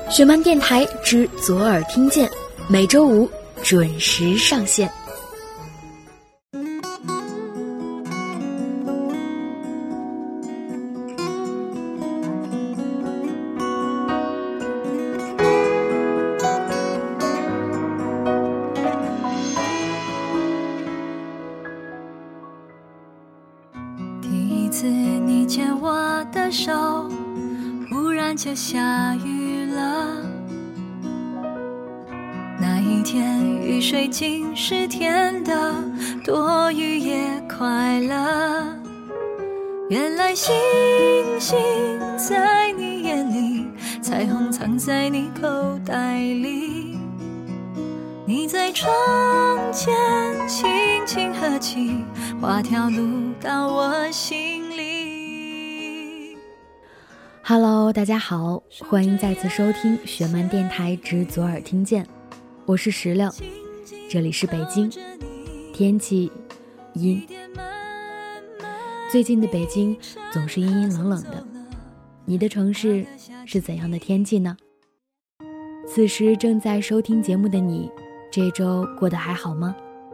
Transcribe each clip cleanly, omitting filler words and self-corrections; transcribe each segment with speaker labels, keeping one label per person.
Speaker 1: 雪漫电台之左耳听见，每周五准时上线。
Speaker 2: 第一次你牵我的手，忽然就下雨了。那一天雨水竟是甜的，多雨也快乐。原来星星在你眼里，彩虹藏在你口袋里。你在窗前轻轻合起，画条路到我心里。
Speaker 1: Hello， 大家好，欢迎再次收听雪漫电台之左耳听见，我是石榴，这里是北京，天气阴。最近的北京总是阴阴冷冷的，你的城市是怎样的天气呢？此时正在收听节目的你，这周过得还好吗？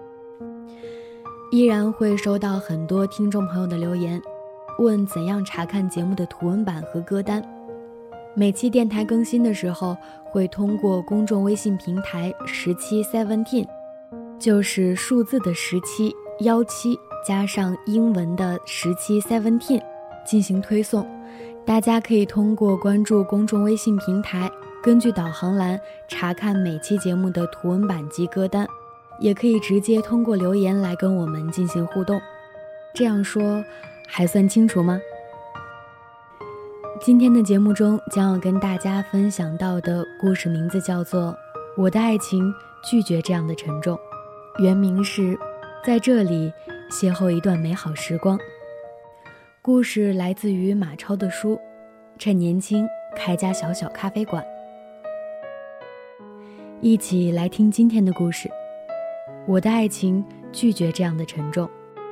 Speaker 1: 依然会收到很多听众朋友的留言，问怎样查看节目的图文版和歌单。每期电台更新的时候，会通过公众微信平台1717，就是数字的17 17加上英文的1717进行推送。大家可以通过关注公众微信平台，根据导航栏查看每期节目的图文版及歌单，也可以直接通过留言来跟我们进行互动。这样说还算清楚吗？今天的节目中将要跟大家分享到的故事名字叫做《我的爱情拒绝这样的沉重》，原名是在这里邂逅一段美好时光。故事来自于马超的书《趁年轻开家小小咖啡馆》。一起来听今天的故事，我的爱情拒绝这样的沉重。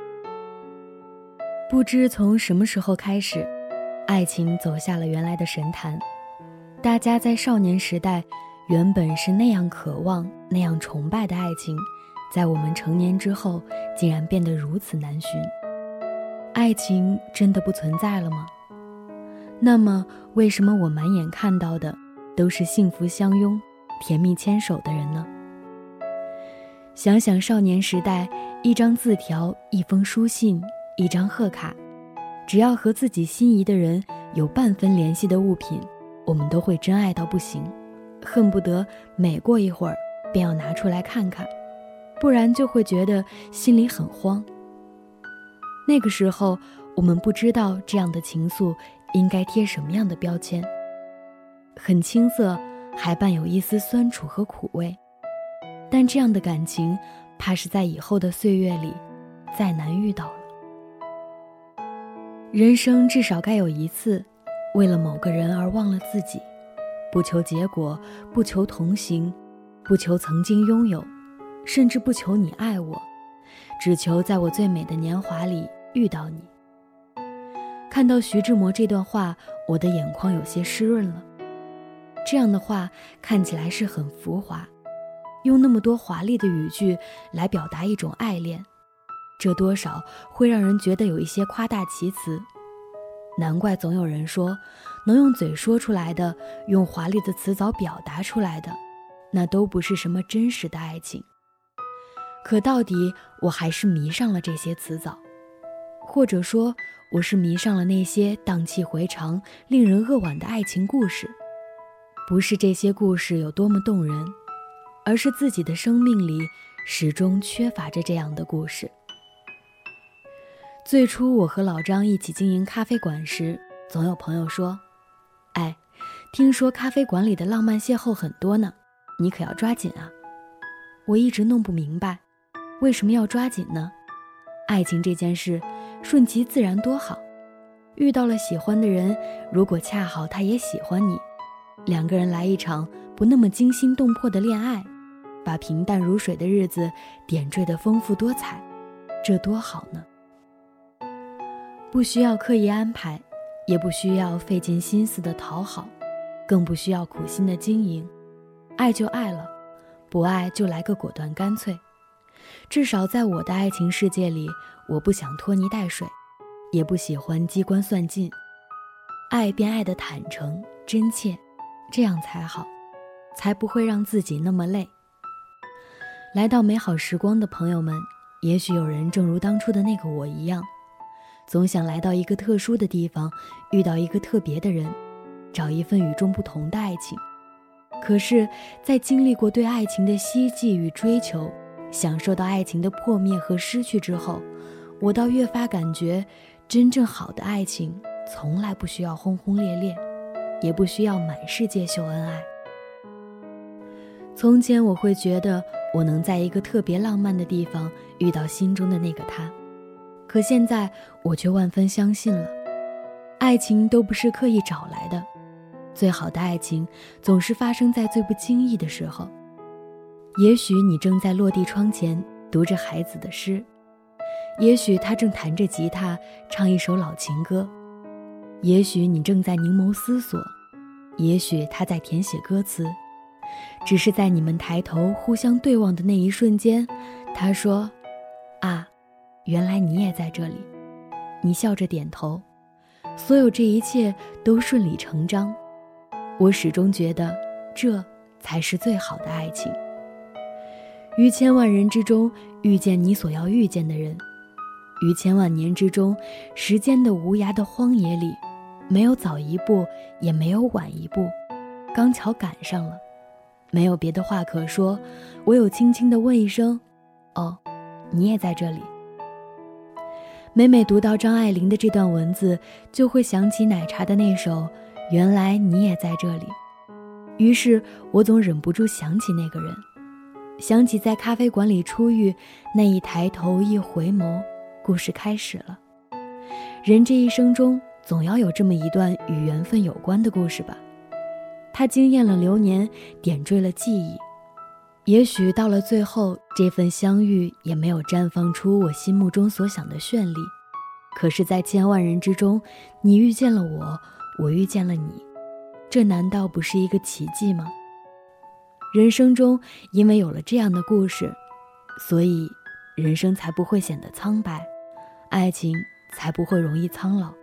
Speaker 1: 不知从什么时候开始，爱情走下了原来的神坛。大家在少年时代原本是那样渴望那样崇拜的爱情，在我们成年之后竟然变得如此难寻。爱情真的不存在了吗？那么为什么我满眼看到的都是幸福相拥甜蜜牵手的人呢？想想少年时代，一张字条，一封书信，一张贺卡，只要和自己心仪的人有半分联系的物品，我们都会真爱到不行，恨不得每过一会儿便要拿出来看看，不然就会觉得心里很慌。那个时候我们不知道这样的情愫应该贴什么样的标签，很青涩，还伴有一丝酸楚和苦味，但这样的感情怕是在以后的岁月里再难遇到了。人生至少该有一次为了某个人而忘了自己，不求结果，不求同行，不求曾经拥有，甚至不求你爱我，只求在我最美的年华里遇到你。看到徐志摩这段话，我的眼眶有些湿润了。这样的话看起来是很浮华，用那么多华丽的语句来表达一种爱恋，这多少会让人觉得有一些夸大其词。难怪总有人说，能用嘴说出来的，用华丽的词藻表达出来的，那都不是什么真实的爱情。可到底我还是迷上了这些词藻，或者说我是迷上了那些荡气回肠令人扼腕的爱情故事。不是这些故事有多么动人，而是自己的生命里始终缺乏着这样的故事。最初我和老张一起经营咖啡馆时，总有朋友说，哎，听说咖啡馆里的浪漫邂逅很多呢，你可要抓紧啊。我一直弄不明白，为什么要抓紧呢？爱情这件事顺其自然多好，遇到了喜欢的人，如果恰好他也喜欢你，两个人来一场不那么惊心动魄的恋爱，把平淡如水的日子点缀得丰富多彩，这多好呢。不需要刻意安排，也不需要费尽心思的讨好， 更不需要苦心的经营，爱就爱了，不爱就来个果断干脆。至少在我的爱情世界里，我不想拖泥带水，也不喜欢机关算尽，爱便爱得坦诚真切，这样才好，才不会让自己那么累。来到美好时光的朋友们，也许有人正如当初的那个我一样，总想来到一个特殊的地方，遇到一个特别的人，找一份与众不同的爱情。可是在经历过对爱情的希冀与追求，享受到爱情的破灭和失去之后，我倒越发感觉，真正好的爱情从来不需要轰轰烈烈，也不需要满世界秀恩爱。从前我会觉得我能在一个特别浪漫的地方遇到心中的那个他，可现在我却万分相信了，爱情都不是刻意找来的，最好的爱情总是发生在最不经意的时候。也许你正在落地窗前读着孩子的诗，也许他正弹着吉他唱一首老情歌，也许你正在凝眸思索，也许他在填写歌词。只是在你们抬头互相对望的那一瞬间，他说：啊，原来你也在这里。你笑着点头，所有这一切都顺理成章。我始终觉得这才是最好的爱情。于千万人之中遇见你所要遇见的人，于千万年之中，时间的无涯的荒野里，没有早一步，也没有晚一步，刚巧赶上了。没有别的话可说，唯有轻轻地问一声：哦，你也在这里。每每读到张爱玲的这段文字，就会想起奶茶的那首原来你也在这里。于是我总忍不住想起那个人，想起在咖啡馆里初遇，那一抬头一回眸，故事开始了。人这一生中总要有这么一段与缘分有关的故事吧，它惊艳了流年，点缀了记忆。也许到了最后，这份相遇也没有绽放出我心目中所想的绚丽，可是在千万人之中，你遇见了我，我遇见了你，这难道不是一个奇迹吗？人生中因为有了这样的故事，所以人生才不会显得苍白，爱情才不会容易苍老。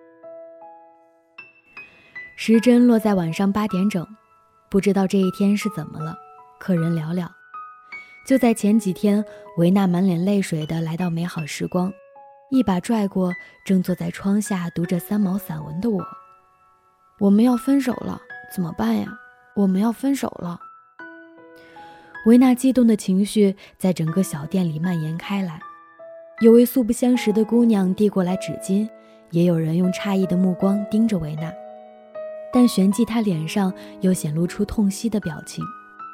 Speaker 1: 时针落在晚上8点整，不知道这一天是怎么了，客人寥寥。就在前几天，维娜满脸泪水地来到美好时光，一把拽过正坐在窗下读着3毛散文的我。我们要分手了，怎么办呀？我们要分手了。维娜激动的情绪在整个小店里蔓延开来，有位素不相识的姑娘递过来纸巾，也有人用诧异的目光盯着维娜，但旋即她脸上又显露出痛惜的表情。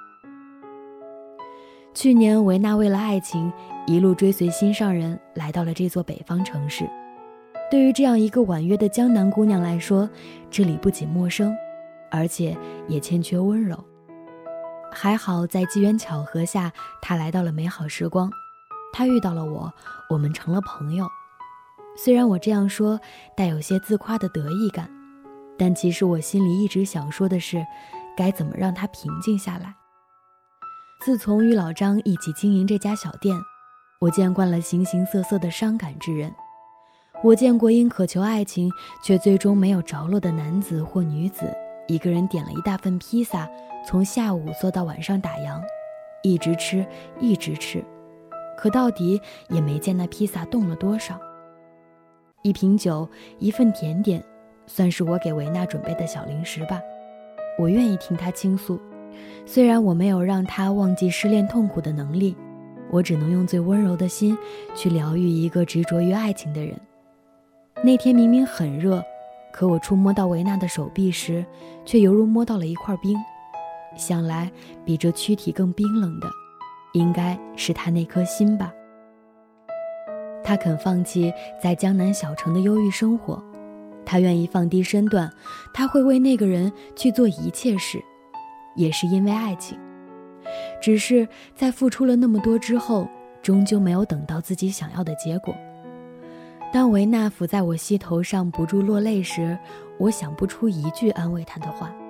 Speaker 1: 去年维娜为了爱情一路追随心上人来到了这座北方城市，对于这样一个婉约的江南姑娘来说，这里不仅陌生，而且也欠缺温柔。还好在机缘巧合下，她来到了美好时光，她遇到了我，我们成了朋友。虽然我这样说带有些自夸的得意感，但其实我心里一直想说的是，该怎么让她平静下来。自从与老张一起经营这家小店，我见惯了形形色色的伤感之人，我见过因渴求爱情却最终没有着落的男子或女子，一个人点了一大份披萨，从下午做到晚上打烊，一直吃一直吃，可到底也没见那披萨动了多少。一瓶酒，一份甜点，算是我给维娜准备的小零食吧。我愿意听她倾诉，虽然我没有让她忘记失恋痛苦的能力，我只能用最温柔的心去疗愈一个执着于爱情的人。那天明明很热，可我触摸到维娜的手臂时，却犹如摸到了一块冰。想来比这躯体更冰冷的，应该是她那颗心吧。她肯放弃在江南小城的忧郁生活，她愿意放低身段，她会为那个人去做一切事，也是因为爱情。只是在付出了那么多之后，终究没有等到自己想要的结果。当维娜抚在我膝头上不住落泪时，我想不出一句安慰她的话，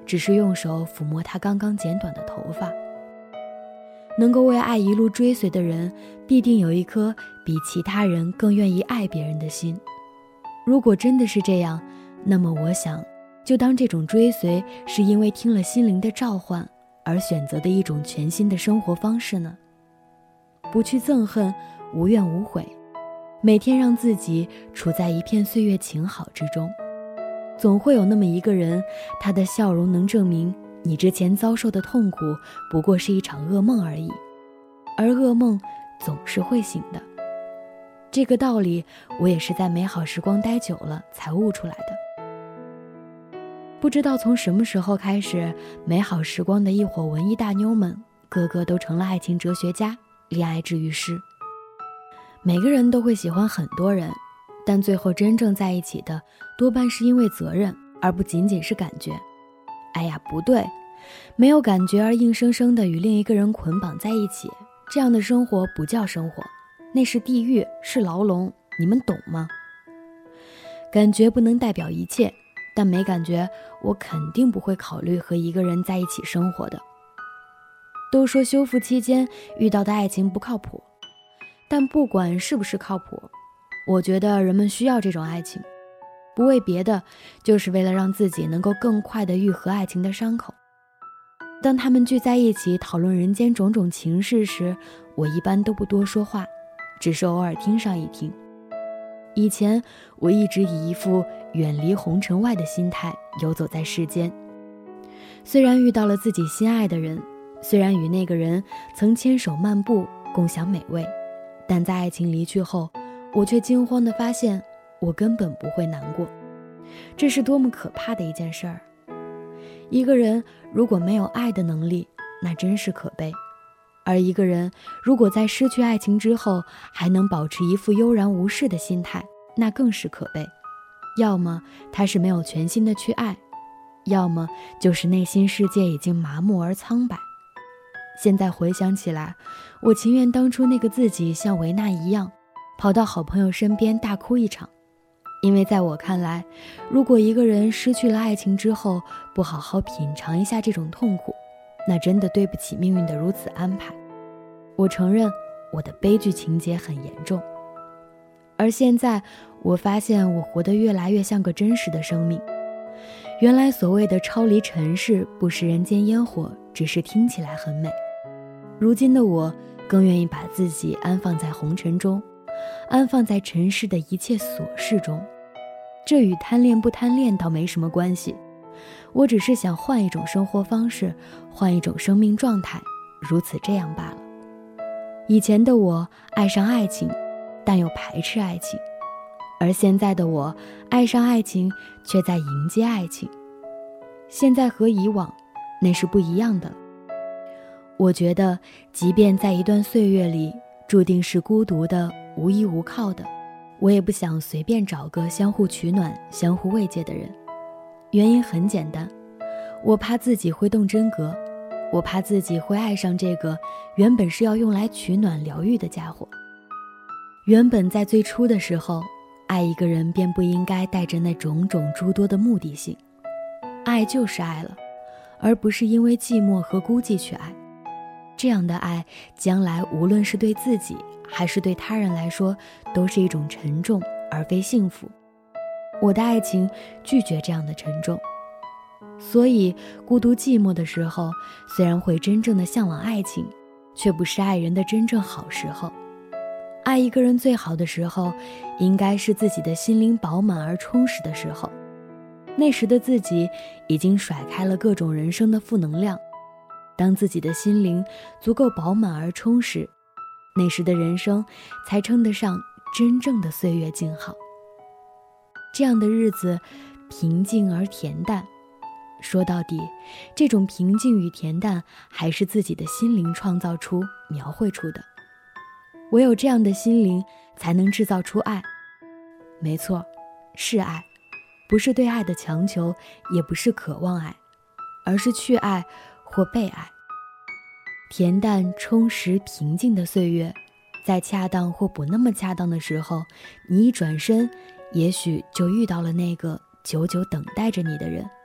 Speaker 1: 只是用手抚摸他刚刚剪短的头发。能够为爱一路追随的人，必定有一颗比其他人更愿意爱别人的心。如果真的是这样，那么我想，就当这种追随是因为听了心灵的召唤而选择的一种全新的生活方式呢？不去憎恨，无怨无悔，每天让自己处在一片岁月静好之中。总会有那么一个人，他的笑容能证明你之前遭受的痛苦不过是一场噩梦而已，而噩梦总是会醒的。这个道理我也是在美好时光待久了才悟出来的。不知道从什么时候开始，美好时光的一伙文艺大妞们个个都成了爱情哲学家、恋爱治愈师。每个人都会喜欢很多人，但最后真正在一起的多半是因为责任，而不仅仅是感觉。哎呀，不对，没有感觉而硬生生地与另一个人捆绑在一起，这样的生活不叫生活，那是地狱，是牢笼，你们懂吗？感觉不能代表一切，但没感觉，我肯定不会考虑和一个人在一起生活的。都说修复期间遇到的爱情不靠谱，但不管是不是靠谱，我觉得人们需要这种爱情，不为别的，就是为了让自己能够更快地愈合爱情的伤口。当他们聚在一起讨论人间种种情事时，我一般都不多说话，只是偶尔听上一听。以前我一直以一副远离红尘外的心态游走在世间，虽然遇到了自己心爱的人，虽然与那个人曾牵手漫步共享美味，但在爱情离去后，我却惊慌地发现我根本不会难过。这是多么可怕的一件事儿！一个人如果没有爱的能力，那真是可悲。而一个人如果在失去爱情之后还能保持一副悠然无事的心态，那更是可悲。要么他是没有全心的去爱，要么就是内心世界已经麻木而苍白。现在回想起来，我情愿当初那个自己像维纳一样，跑到好朋友身边大哭一场。因为在我看来，如果一个人失去了爱情之后不好好品尝一下这种痛苦，那真的对不起命运的如此安排。我承认我的悲剧情节很严重，而现在我发现我活得越来越像个真实的生命。原来所谓的超离尘世，不食人间烟火，只是听起来很美。如今的我更愿意把自己安放在红尘中，安放在尘世的一切琐事中。这与贪恋不贪恋倒没什么关系，我只是想换一种生活方式，换一种生命状态，如此这样罢了。以前的我爱上爱情，但又排斥爱情，而现在的我爱上爱情，却在迎接爱情。现在和以往那是不一样的了。我觉得即便在一段岁月里注定是孤独的、无依无靠的，我也不想随便找个相互取暖、相互慰藉的人。原因很简单，我怕自己会动真格，我怕自己会爱上这个原本是要用来取暖疗愈的家伙。原本在最初的时候，爱一个人便不应该带着那种种诸多的目的性。爱就是爱了，而不是因为寂寞和孤寂去爱。这样的爱，将来无论是对自己还是对他人来说，都是一种沉重而非幸福。我的爱情拒绝这样的沉重，所以孤独寂寞的时候，虽然会真正的向往爱情，却不是爱人的真正好时候。爱一个人最好的时候，应该是自己的心灵饱满而充实的时候。那时的自己已经甩开了各种人生的负能量，当自己的心灵足够饱满而充实，那时的人生才称得上真正的岁月静好。这样的日子平静而恬淡，说到底，这种平静与恬淡还是自己的心灵创造出、描绘出的。唯有这样的心灵才能制造出爱。没错，是爱，不是对爱的强求，也不是渴望爱，而是去爱或被爱。恬淡、充实、平静的岁月，在恰当或不那么恰当的时候，你一转身，也许就遇到了那个久久等待着你的人，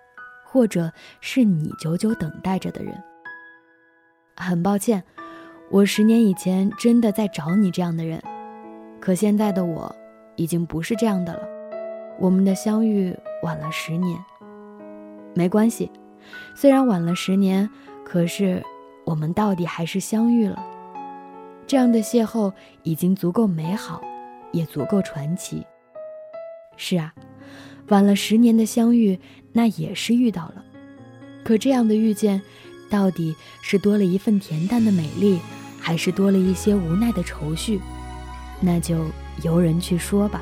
Speaker 1: 或者是你久久等待着的人。很抱歉，我10年以前真的在找你这样的人，可现在的我已经不是这样的了。我们的相遇晚了10年。没关系，虽然晚了10年，可是我们到底还是相遇了。这样的邂逅已经足够美好，也足够传奇。是啊，晚了10年的相遇，那也是遇到了。可这样的遇见，到底是多了一份恬淡的美丽，还是多了一些无奈的愁绪？那就由人去说吧。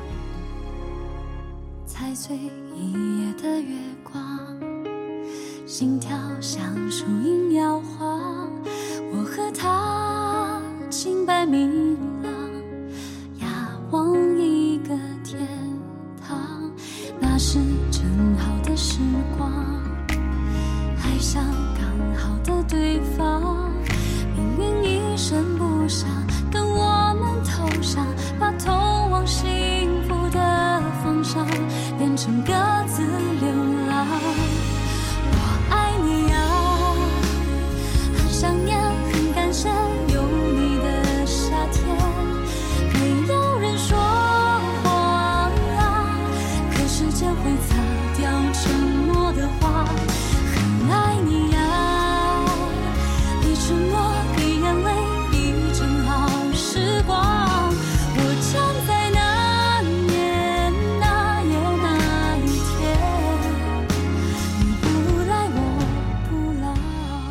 Speaker 2: 踩碎一夜的月光，心跳像树影摇晃，我和他清白明朗，仰望一个天堂。那是正好的时光，爱上刚好的对方，命运一声不响跟我们头上，把通往幸福的方向变成各自流浪。我爱你啊，很想念，很感谢有你的夏天。没有人说谎啊，可时间会擦掉沉默的话。很爱你啊，比沉默比眼泪比正好时光。我站在那年那夜那一天，你不来我不老。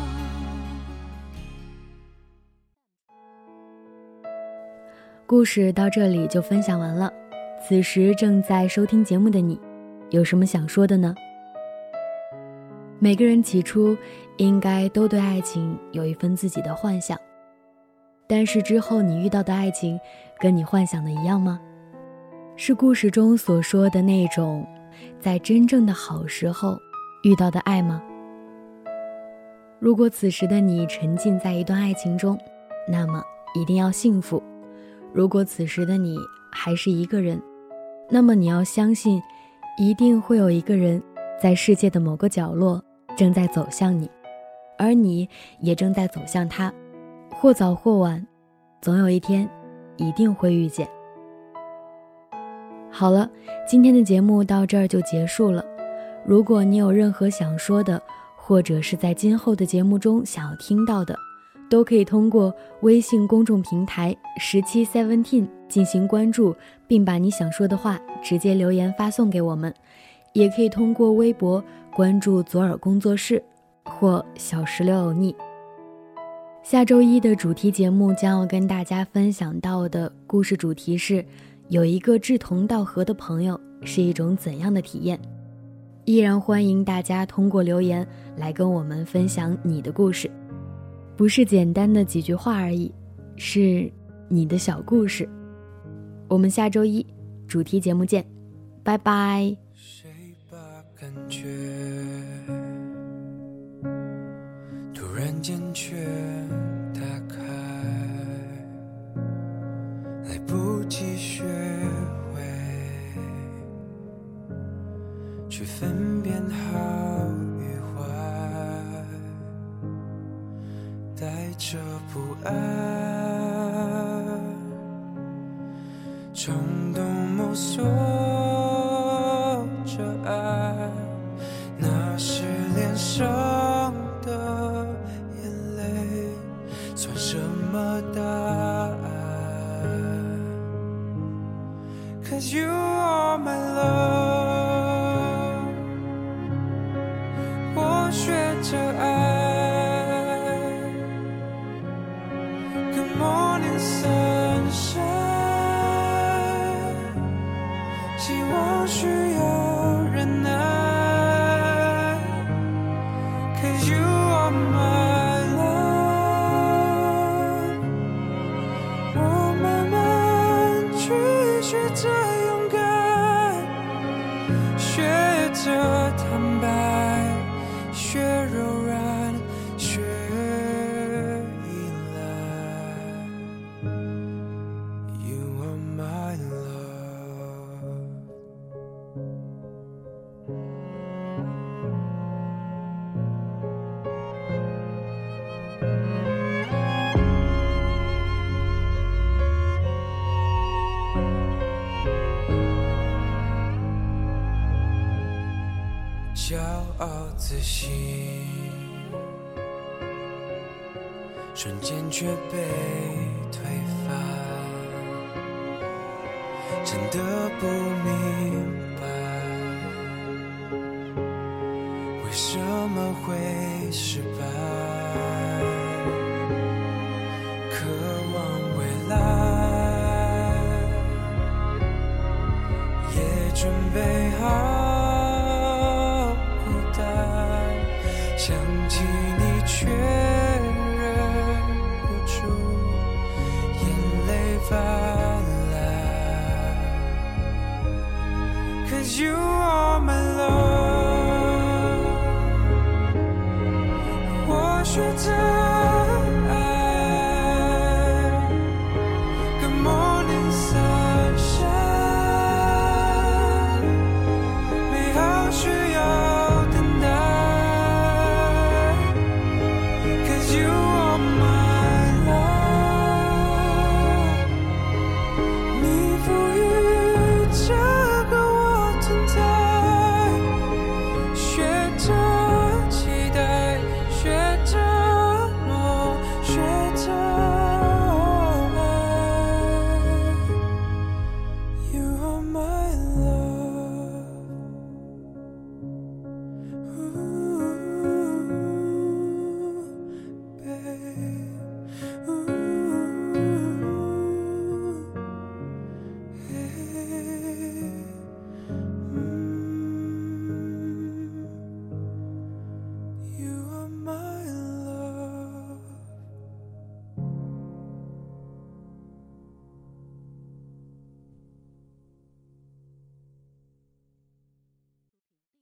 Speaker 1: 故事到这里就分享完了。此时正在收听节目的你，有什么想说的呢？每个人起初应该都对爱情有一份自己的幻想，但是之后你遇到的爱情跟你幻想的一样吗？是故事中所说的那种在真正的好时候遇到的爱吗？如果此时的你沉浸在一段爱情中，那么一定要幸福。如果此时的你还是一个人，那么你要相信，一定会有一个人在世界的某个角落正在走向你，而你也正在走向他，或早或晚，总有一天一定会遇见。好了，今天的节目到这儿就结束了。如果你有任何想说的，或者是在今后的节目中想要听到的，都可以通过微信公众平台1717进行关注，并把你想说的话直接留言发送给我们。也可以通过微博关注左耳工作室或小石榴欧尼。下周一的主题节目将要跟大家分享到的故事主题是，有一个志同道合的朋友是一种怎样的体验。依然欢迎大家通过留言来跟我们分享你的故事，不是简单的几句话而已，是你的小故事。我们下周一主题节目见，拜拜。
Speaker 3: 谁把感觉突然间却打开，来不及学会去分辨好与坏，带着不安冲动摸索着爱，那是脸上的眼泪算什么答案？ Cause you are my love， 我学着爱。 Good morning sunshine， 希望需要忍耐。 Cause you are my love， 我慢慢去学着勇敢，学着坦白，学柔软，学依赖。You are my love。 自信，瞬间却被推翻，真的不明白为什么会失败，渴望未来，也准备好孤单，想起你却忍不住眼泪泛滥， Cause you are my love， 我选择